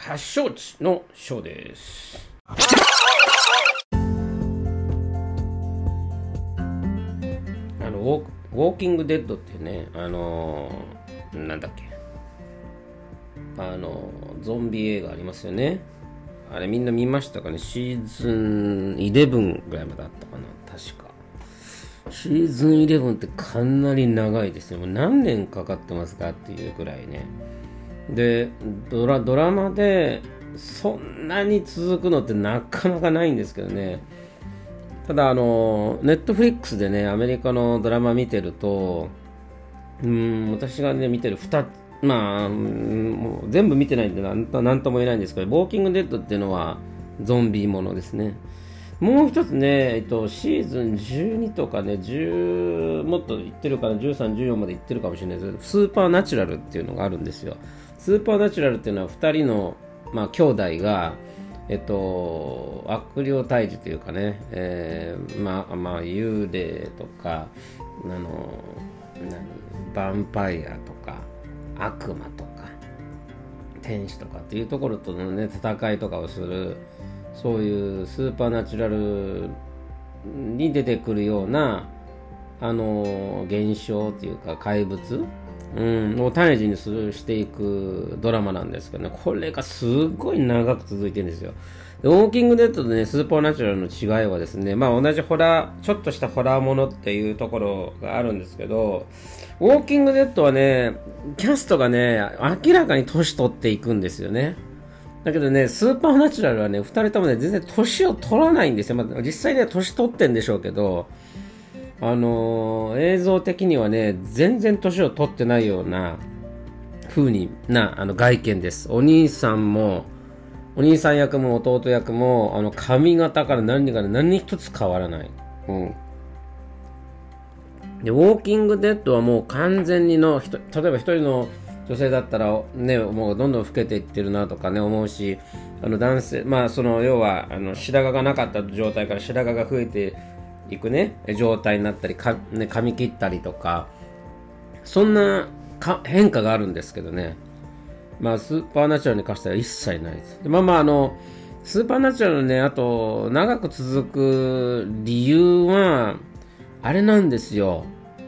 発祥地のショーです。ウォーキングデッドっていうね、なんだっけ、ゾンビ映画ありますよね。あれみんな見ましたかね。シーズン11ぐらいまであったかな、確か。シーズン11ってかなり長いですね。もう何年かかってますかっていうくらいね。で、ドラマでそんなに続くのってなかなかないんですけどね。ただネットフリックスでね、アメリカのドラマ見てると、私がね見てる2つ、もう全部見てないんでなんとも言えないんですけど、ウォーキングデッドっていうのはゾンビものですね。もう一つね、シーズン12とかね、10もっといってるかな、13、14までいってるかもしれないですけど、スーパーナチュラルっていうのがあるんですよ。スーパーナチュラルっていうのは2人の、兄弟が悪霊退治というかね、幽霊とかヴァンパイアとか悪魔とか天使とかっていうところとのね戦いとかをする、そういうスーパーナチュラルに出てくるような現象っていうか怪物を退治にしていくドラマなんですけどね、これがすごい長く続いてるんですよ。ウォーキングデッドとね、スーパーナチュラルの違いはですね、同じちょっとしたホラーものっていうところがあるんですけど、ウォーキングデッドはね、キャストがね、明らかに年取っていくんですよね。だけどね、スーパーナチュラルはね、2人ともね、全然年を取らないんですよ。実際ね、年取ってんでしょうけど、映像的にはね、全然年を取ってないような風な外見です。お兄さん役も弟役も髪型から何一つ変わらない。で、ウォーキングデッドはもう完全に例えば一人の女性だったらね、もうどんどん老けていってるなとかね思うし、男性、要は白髪がなかった状態から白髪が増えていくね状態になったり髪切ったりとか、そんな変化があるんですけどね、スーパーナチュラルに関しては一切ないです。でスーパーナチュラルね、あと長く続く理由はあれなんですよ。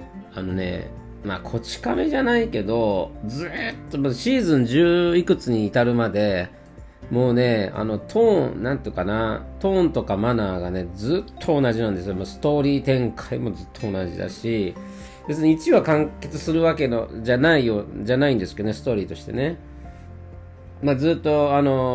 こち亀じゃないけど、ずーっとシーズン10いくつに至るまでもうね、トーンとかマナーがねずっと同じなんですよ。ストーリー展開もずっと同じだし、別に1話完結するわけのじゃないんですけどね、ストーリーとしてね。ずっと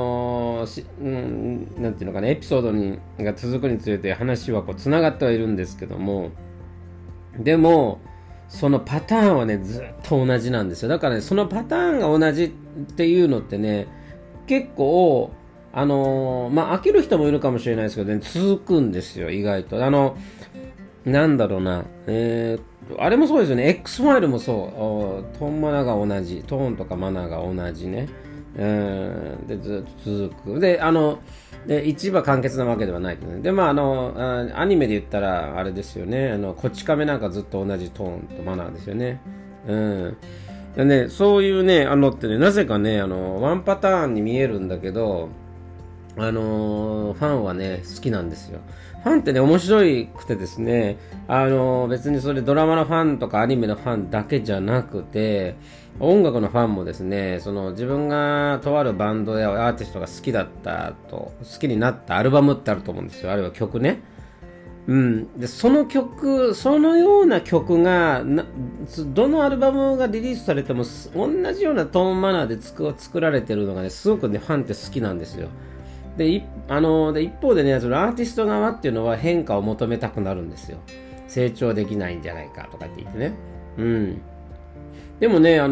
なんていうのかな、エピソードが続くにつれて話はこう繋がってはいるんですけども、でもそのパターンはねずっと同じなんですよ。だからね、そのパターンが同じっていうのってね、結構飽きる人もいるかもしれないですけどね、続くんですよ、意外と。なんだろうな、あれもそうですよね。 X ファイルもそう、トーンマナーが同じ、トーンとかマナーが同じね。でずっと続く。で一話完結なわけではないけどね。でアニメで言ったらあれですよね、こち亀なんかずっと同じトーンとマナーですよね。でね、そういうねってね、なぜかねワンパターンに見えるんだけど、ファンはね好きなんですよ。ファンってね面白くてですね、別にそれドラマのファンとかアニメのファンだけじゃなくて、音楽のファンもですね、自分がとあるバンドやアーティストが好きになったアルバムってあると思うんですよ。あるいは曲ね。でそのような曲がどのアルバムがリリースされても同じようなトーンマナーで作られてるのがね、すごくねファンって好きなんですよ。で一方でね、そのアーティスト側っていうのは変化を求めたくなるんですよ。成長できないんじゃないかとかって言ってね。でもね、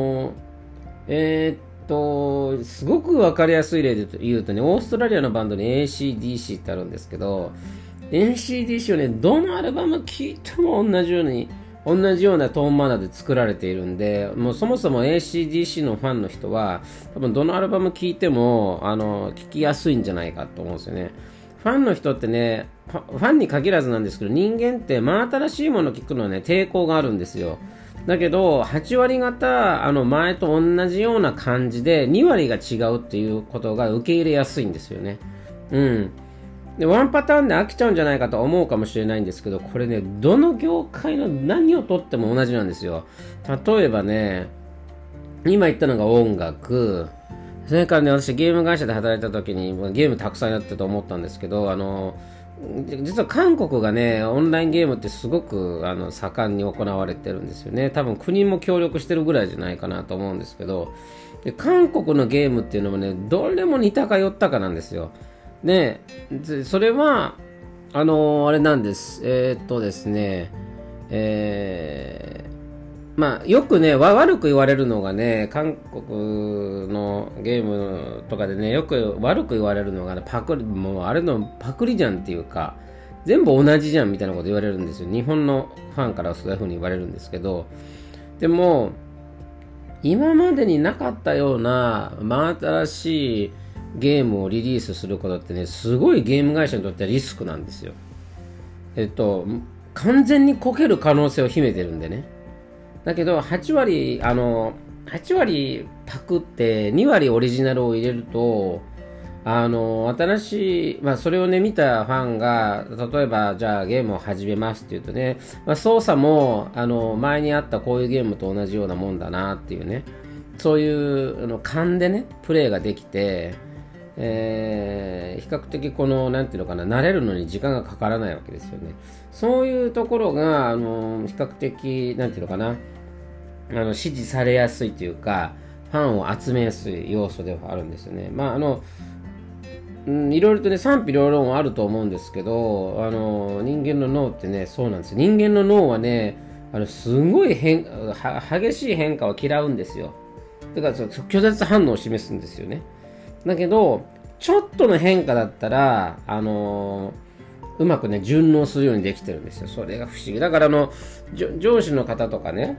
すごく分かりやすい例で言うとね、オーストラリアのバンドに AC/DC ってあるんですけど、AC/DC をね、どのアルバム聴いても同じようなトーンマナーで作られているんで、もうそもそも AC/DC のファンの人は多分どのアルバム聴いても聴きやすいんじゃないかと思うんですよね。ファンの人ってね、ファンに限らずなんですけど、人間って真新しいものを聴くのはね抵抗があるんですよ。 だけど8割方前と同じような感じで2割が違うっていうことが受け入れやすいんですよね。でワンパターンで飽きちゃうんじゃないかと思うかもしれないんですけど、これね、どの業界の何をとっても同じなんですよ。例えばね、今言ったのが音楽、それからね、私ゲーム会社で働いた時にゲームたくさんやってたと思ったんですけど、実は韓国がね、オンラインゲームってすごく盛んに行われてるんですよね。多分国も協力してるぐらいじゃないかなと思うんですけど、で韓国のゲームっていうのもね、どれも似たか寄ったかなんですよ。で、それはあれなんです。ですね、まあ、よくね、悪く言われるのがね、韓国のゲームとかでね、よく悪く言われるのがね、もうあれのパクリじゃんっていうか、全部同じじゃんみたいなこと言われるんですよ。日本のファンからはそういう風に言われるんですけど、でも、今までになかったような真新しいゲームをリリースすることってね、すごいゲーム会社にとってはリスクなんですよ。完全にこける可能性を秘めてるんでね。だけど8割パクって2割オリジナルを入れると、新しい、それをね見たファンが例えばじゃあゲームを始めますって言うとね、操作も前にあったこういうゲームと同じようなもんだなっていうね、そういう勘でねプレイができて、比較的なんていうのかな、慣れるのに時間がかからないわけですよね。そういうところが比較的なんていうのかな、支持されやすいというか、ファンを集めやすい要素ではあるんですよね。いろいろとね賛否両論はあると思うんですけど、人間の脳ってね、そうなんですよ。人間の脳はね、すごい激しい変化を嫌うんですよ。だから拒絶反応を示すんですよね。だけどちょっとの変化だったらうまくね順応するようにできてるんですよ。それが不思議だから、上司の方とかね、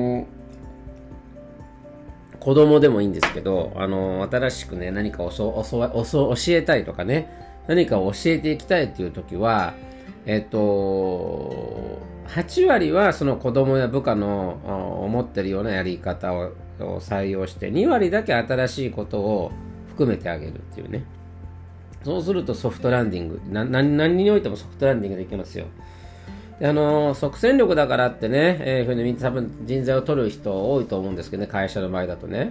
子供でもいいんですけど、新しくね何か教えたいとかね、何かを教えていきたいっていう時は、8割はその子供や部下の思ってるようなやり方を採用して、2割だけ新しいことを含めてあげるっていうね。そうするとソフトランディング、何においてもソフトランディングできますよ。で即戦力だからってね、ふうに多分人材を取る人多いと思うんですけどね、会社の場合だとね。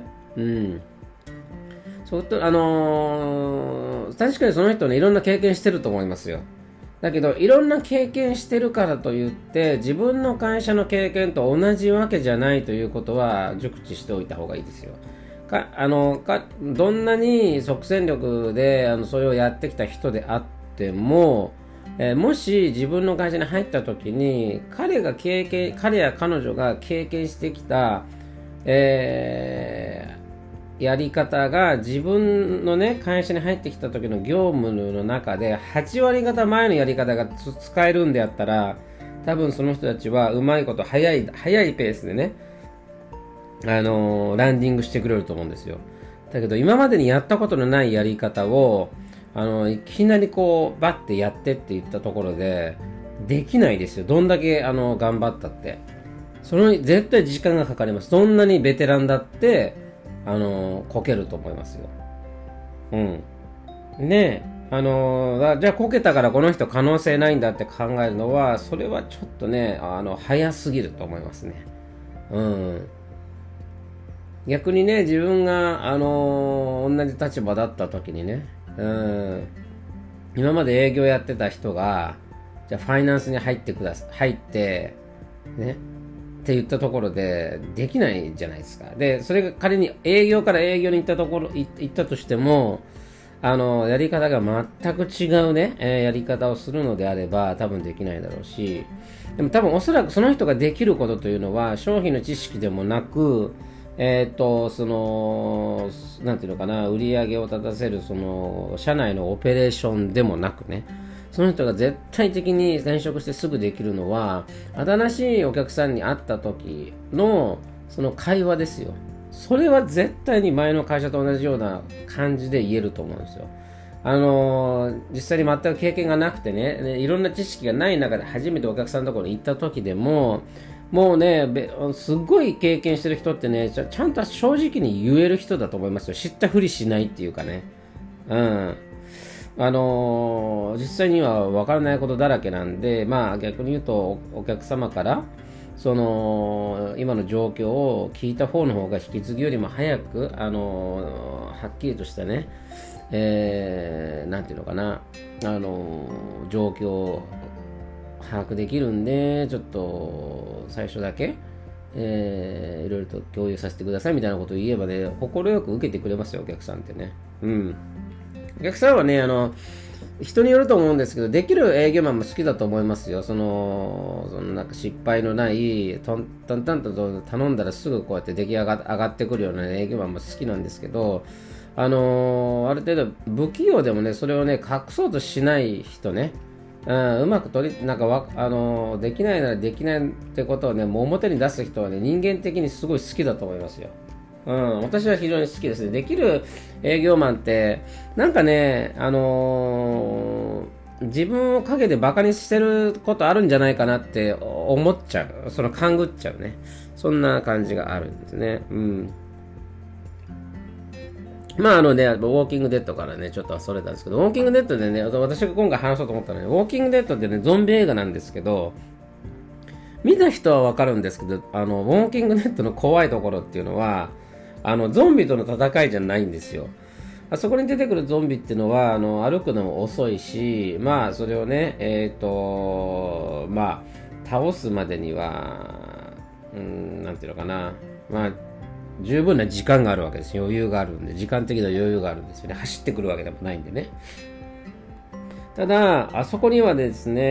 確かにその人ね、いろんな経験してると思いますよ。だけどいろんな経験してるからといって自分の会社の経験と同じわけじゃないということは熟知しておいた方がいいですよ。どんなに即戦力でそれをやってきた人であっても、もし自分の会社に入った時に彼や彼女が経験してきた、やり方が自分のね会社に入ってきた時の業務の中で8割方前のやり方が使えるんであったら、多分その人たちはうまいこと早いペースでねランディングしてくれると思うんですよ。だけど今までにやったことのないやり方をいきなりこうバッてやってって言ったところでできないですよ。どんだけ頑張ったって、その絶対時間がかかります。どんなにベテランだってこけると思いますよ。ねえ、じゃあこけたからこの人可能性ないんだって考えるのは、それはちょっとね早すぎると思いますね。逆にね、自分が同じ立場だった時にね、今まで営業やってた人がじゃあファイナンスに入ってねって言ったところでできないじゃないですか。でそれが仮に営業から営業に行ったとしても、やり方が全く違うね、やり方をするのであれば多分できないだろうし、でも多分おそらくその人ができることというのは商品の知識でもなく、なんていうのかな、売り上げを立たせる社内のオペレーションでもなくね、その人が絶対的に転職してすぐできるのは新しいお客さんに会った時のその会話ですよ。それは絶対に前の会社と同じような感じで言えると思うんですよ。実際に全く経験がなくてね、いろんな知識がない中で初めてお客さんのところに行った時でも、 もうね、すっごい経験してる人ってね、ちゃんと正直に言える人だと思いますよ。知ったふりしないっていうかね。うん。実際には分からないことだらけなんで、まあ逆に言うとお客様から、今の状況を聞いた方の方が引き継ぎよりも早く、はっきりとしたね、なんていうのかな、状況を把握できるんで、ちょっと最初だけ、いろいろと共有させてくださいみたいなことを言えばね、快く受けてくれますよ、お客さんってね。うん。お客さんはね、人によると思うんですけど、できる営業マンも好きだと思いますよ。なんか失敗のない、トントントンと頼んだらすぐこうやって出来上がってくるような営業マンも好きなんですけど、ある程度不器用でもね、それをね、隠そうとしない人ね、うまくなんかできないならできないってことをね、もう表に出す人はね、人間的にすごい好きだと思いますよ。うん、私は非常に好きですね。できる営業マンって、なんかね、自分を陰でバカにしてることあるんじゃないかなって思っちゃう。勘ぐっちゃうね。そんな感じがあるんですね。うん。まあウォーキングデッドからね、ちょっとそれたんですけど、ウォーキングデッドでね、私が今回話そうと思ったのは、ウォーキングデッドってね、ゾンビ映画なんですけど、見た人はわかるんですけど、ウォーキングデッドの怖いところっていうのは、ゾンビとの戦いじゃないんですよ。あそこに出てくるゾンビっていうのは、歩くのも遅いし、まあ、それをね、まあ、倒すまでには、なんていうのかな、まあ、十分な時間があるわけです。余裕があるんで、時間的な余裕があるんですよね。走ってくるわけでもないんでね。ただ、あそこにはですね、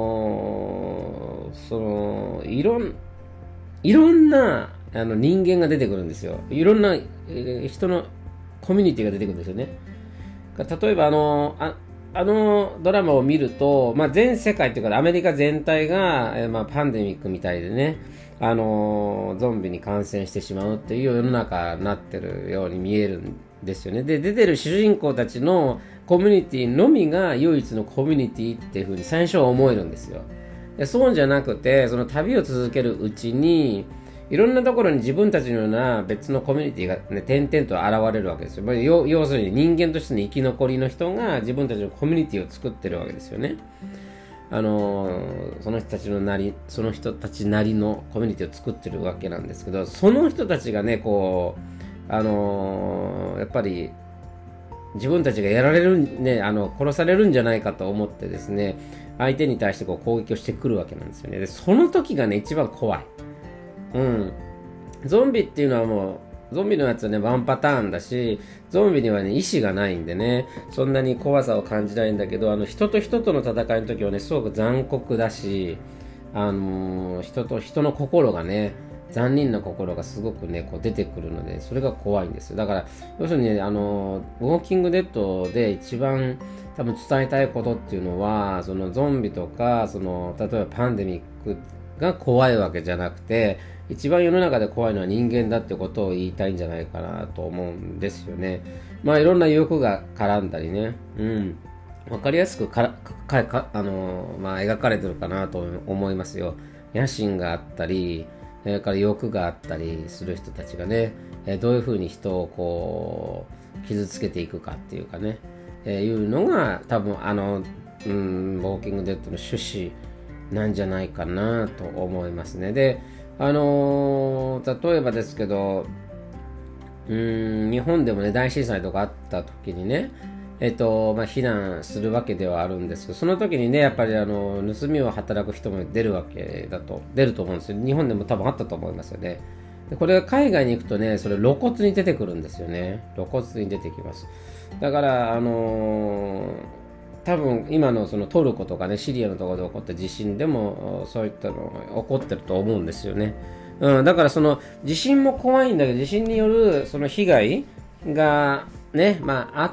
いろんな人間が出てくるんですよ。いろんな、人のコミュニティが出てくるんですよね。例えばドラマを見ると、まあ、全世界というかアメリカ全体が、まあ、パンデミックみたいでね、ゾンビに感染してしまうっていう世の中になってるように見えるんですよね。で、出てる主人公たちのコミュニティのみが唯一のコミュニティっていう風に最初は思えるんですよ。で、そうじゃなくて、その旅を続けるうちに、いろんなところに自分たちのような別のコミュニティがね、点々と現れるわけですよ。要するに人間としての生き残りの人が自分たちのコミュニティを作ってるわけですよね。その人たちなりのコミュニティを作ってるわけなんですけど、その人たちがね、こう、やっぱり自分たちがやられるね、殺されるんじゃないかと思ってですね、相手に対してこう攻撃をしてくるわけなんですよね。で、その時がね、一番怖い。うん。ゾンビっていうのはもう、ゾンビのやつはね、ワンパターンだし、ゾンビにはね、意志がないんでね、そんなに怖さを感じないんだけど、人と人との戦いの時はね、すごく残酷だし、人と人の心がね、残忍な心がすごくね、こう出てくるので、それが怖いんですよ。だから、要するにね、ウォーキングデッドで一番多分伝えたいことっていうのは、そのゾンビとか、例えばパンデミックが怖いわけじゃなくて、一番世の中で怖いのは人間だってことを言いたいんじゃないかなと思うんですよね。まあいろんな欲が絡んだりね、わかりやすくまあ描かれてるかなと思いますよ。野心があったり、それから欲があったりする人たちがね、どういうふうに人をこう傷つけていくかっていうかね、いうのが多分ウォーキングデッドの趣旨なんじゃないかなと思いますね。で、例えばですけど、日本でもね、大震災とかあった時にね、まあ、避難するわけではあるんですけど、その時にね、やっぱり盗みを働く人も出ると思うんですよ。日本でも多分あったと思いますよね。でこれが海外に行くとね、それ露骨に出てくるんですよね。露骨に出てきます。だから、多分今のそのトルコとかね、シリアのところで起こった地震でもそういったの起こってると思うんですよね。だからその地震も怖いんだけど、地震によるその被害がね、まああって、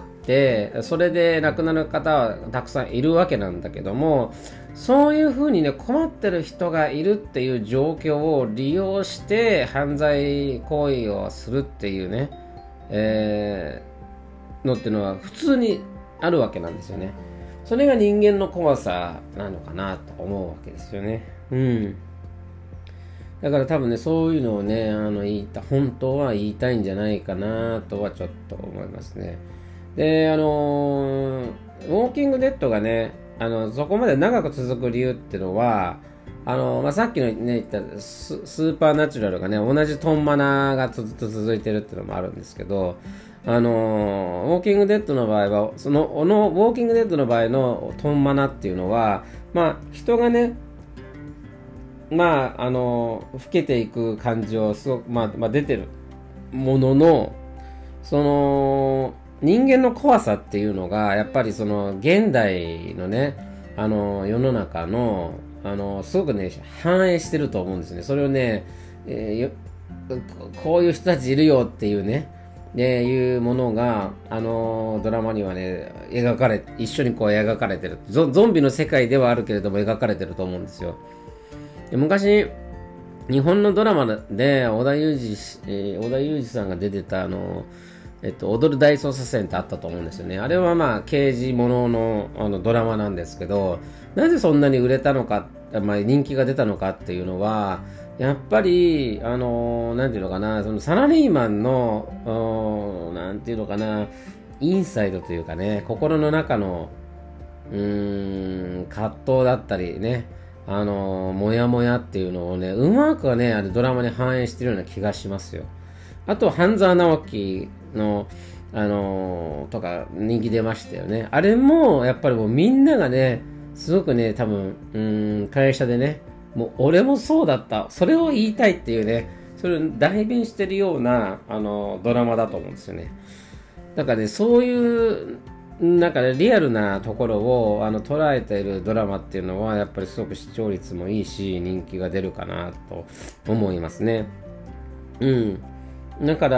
それで亡くなる方はたくさんいるわけなんだけども、そういうふうにね、困ってる人がいるっていう状況を利用して犯罪行為をするっていうね、のっていうのは普通にあるわけなんですよね。それが人間の怖さなのかなと思うわけですよね。 だから多分ね、そういうのをね、本当は言いたいんじゃないかなとはちょっと思いますね。で、ウォーキングデッドがね、そこまで長く続く理由っていうのは、さっきのね、言ったスーパーナチュラルがね、同じトンマナがずっと続いてるっていうのもあるんですけど、ウォーキングデッドの場合は、ウォーキングデッドの場合のトンマナっていうのは、人がね、老けていく感じをすごく、出てるものの、人間の怖さっていうのが、やっぱり現代のね、世の中の、すごくね、反映してると思うんですね。それをね、こういう人たちいるよっていうね、いうものが、ドラマにはね、一緒にこう描かれてる。ゾンビの世界ではあるけれども描かれてると思うんですよ。で昔、日本のドラマで織田裕二さんが出てた踊る大捜査線ってあったと思うんですよね。あれは刑事もののドラマなんですけど、なぜそんなに売れたのか、人気が出たのかっていうのは、やっぱりなんていうのかな、そのサラリーマンのなんていうのかな、インサイドというかね、心の中の葛藤だったりね、モヤモヤっていうのをね、うまくね、ドラマに反映してるような気がしますよ。あと、半沢直樹の、とか人気出ましたよね。あれも、やっぱりもうみんながね、すごくね、多分、会社でね、もう俺もそうだった。それを言いたいっていうね、それを代弁してるような、ドラマだと思うんですよね。だからね、そういう、なんかね、リアルなところを捉えているドラマっていうのは、やっぱりすごく視聴率もいいし、人気が出るかなと思いますね。だから、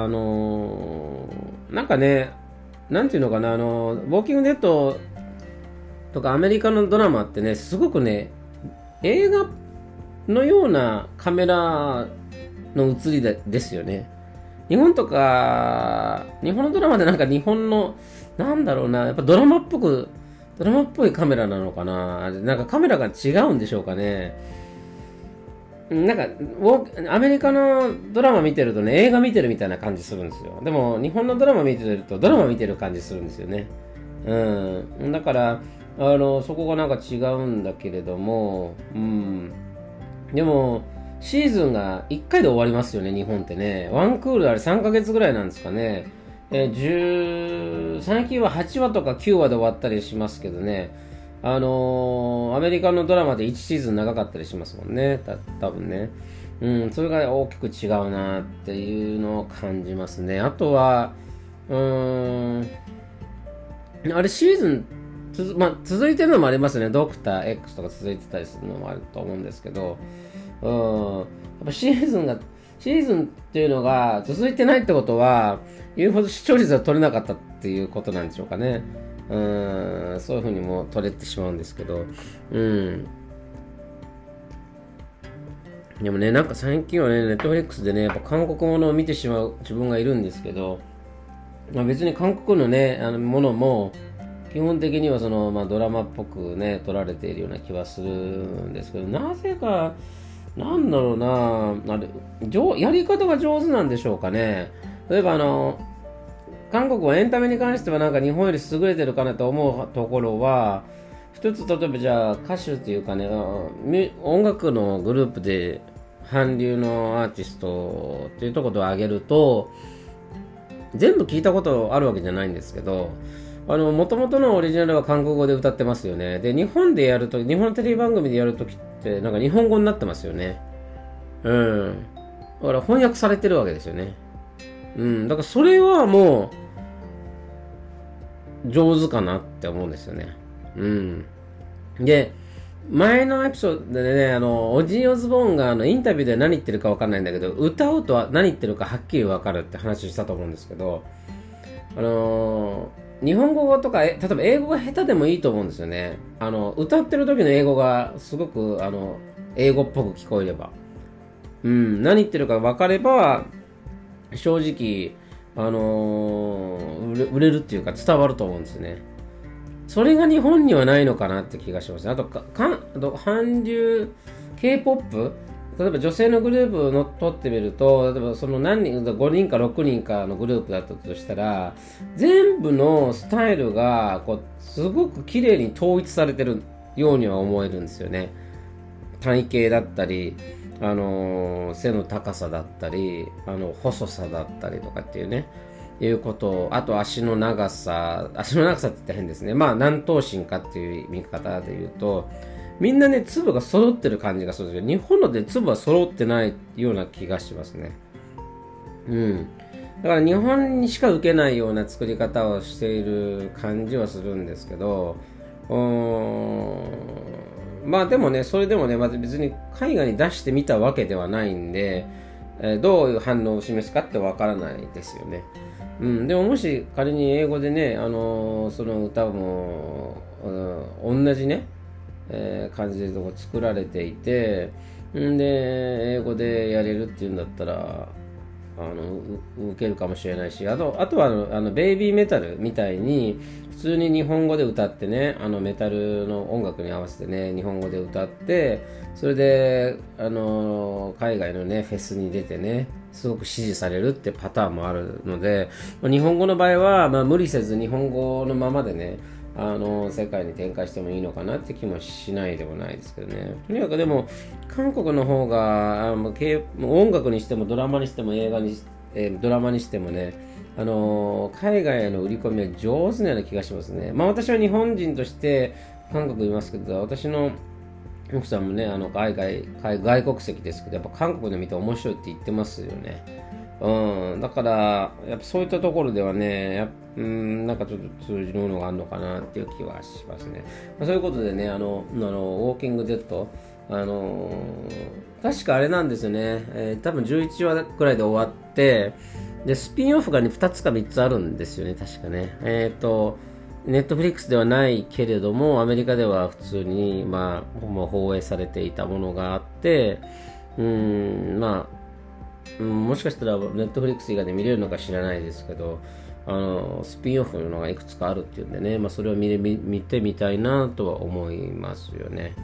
なんかね、なんていうのかな、ウォーキングデッドとかアメリカのドラマってね、すごくね、映画のようなカメラの映りですよね。日本のドラマでなんか日本の、なんだろうな、やっぱドラマっぽいカメラなのかな。なんかカメラが違うんでしょうかね。なんか、アメリカのドラマ見てるとね、映画見てるみたいな感じするんですよ。でも、日本のドラマ見てると、ドラマ見てる感じするんですよね。だから、そこがなんか違うんだけれども、でも、シーズンが1回で終わりますよね、日本ってね。ワンクールあれ3ヶ月ぐらいなんですかね。最近は8話とか9話で終わったりしますけどね。アメリカのドラマで1シーズン長かったりしますもんね。多分ね。それが大きく違うなっていうのを感じますね。あとは、あれシーズン続いてるのもありますね。ドクター X とか続いてたりするのもあると思うんですけど、やっぱシーズンっていうのが続いてないってことは、言うほど視聴率が取れなかったっていうことなんでしょうかね。そういう風にも取れてしまうんですけど、でもね、なんか最近はね、ネットフリックスでね、やっぱ韓国ものを見てしまう自分がいるんですけど、別に韓国のね、ものも、基本的にはドラマっぽくね、撮られているような気はするんですけど、なぜか、なんだろうな、やり方が上手なんでしょうかね。例えば韓国はエンタメに関してはなんか日本より優れてるかなと思うところは、一つ例えばじゃあ歌手っていうかね、音楽のグループで韓流のアーティストっていうところを挙げると、全部聞いたことあるわけじゃないんですけど、元々のオリジナルは韓国語で歌ってますよね。で、日本でやると、日本のテレビ番組でやるときって、なんか日本語になってますよね。だから翻訳されてるわけですよね。だからそれはもう、上手かなって思うんですよね。で、前のエピソードでね、オジー・オズボーンがインタビューで何言ってるか分かんないんだけど、歌うとは何言ってるかはっきり分かるって話したと思うんですけど、日本語とか、例えば英語が下手でもいいと思うんですよね。歌ってる時の英語がすごく、英語っぽく聞こえれば。何言ってるか分かれば、正直、売れるっていうか伝わると思うんですよね。それが日本にはないのかなって気がします。あと韓流 K-POP 例えば女性のグループを取ってみると、例えばその何人、5人か6人かのグループだったとしたら、全部のスタイルがこうすごく綺麗に統一されてるようには思えるんですよね。体型だったり、背の高さだったり、細さだったりとかっていうね、いうことを、あと足の長さって言ったら変ですね。まあ何頭身かっていう見方で言うと、みんなね、粒が揃ってる感じがするんですけど、日本ので粒は揃ってないような気がしますね。うん。だから日本にしか受けないような作り方をしている感じはするんですけど、まあでもね、それでもね、まず別に海外に出してみたわけではないんで、どういう反応を示すかってわからないですよね。うん、でももし仮に英語でね、その歌も、同じね、感じで作られていて、んで英語でやれるっていうんだったら受けるかもしれないし、あとはベイビーメタルみたいに普通に日本語で歌ってね、メタルの音楽に合わせてね日本語で歌って、それで海外のねフェスに出てねすごく支持されるってパターンもあるので、日本語の場合は、無理せず日本語のままでね世界に展開してもいいのかなって気もしないでもないですけどね。とにかくでも韓国の方が音楽にしてもドラマにしても映画にドラマにしてもね海外への売り込みは上手なような気がしますね。私は日本人として韓国にいますけど、私の奥さんもね外国籍ですけど、やっぱ韓国で見て面白いって言ってますよね。だからやっぱそういったところではねなんかちょっと通じるものがあるのかなっていう気はしますね。そういうことでねウォーキングデッド確かあれなんですよね、多分11話くらいで終わって、でスピンオフが、ね、2つか3つあるんですよね、確かね。ネットフリックスではないけれどもアメリカでは普通に、もう放映されていたものがあって、もしかしたらネットフリックス以外で見れるのか知らないですけど、スピンオフのがいくつかあるっていうんでね、それを見てみたいなとは思いますよね。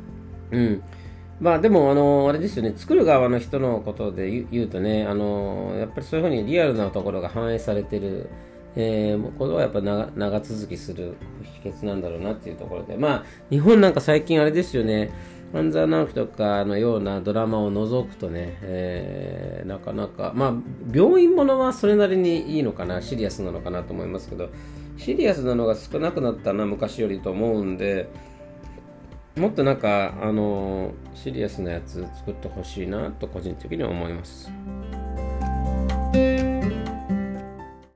でもあれですよね、作る側の人のことで言うとね、やっぱりそういうふうにリアルなところが反映されてる、これはやっぱ長続きする秘訣なんだろうなっていうところで、日本なんか最近あれですよね、半沢直樹とかのようなドラマを除くとね、なかなか病院ものはそれなりにいいのかな、シリアスなのかなと思いますけど、シリアスなのが少なくなったな昔よりと思うんで、もっとなんかシリアスなやつ作ってほしいなと個人的には思います。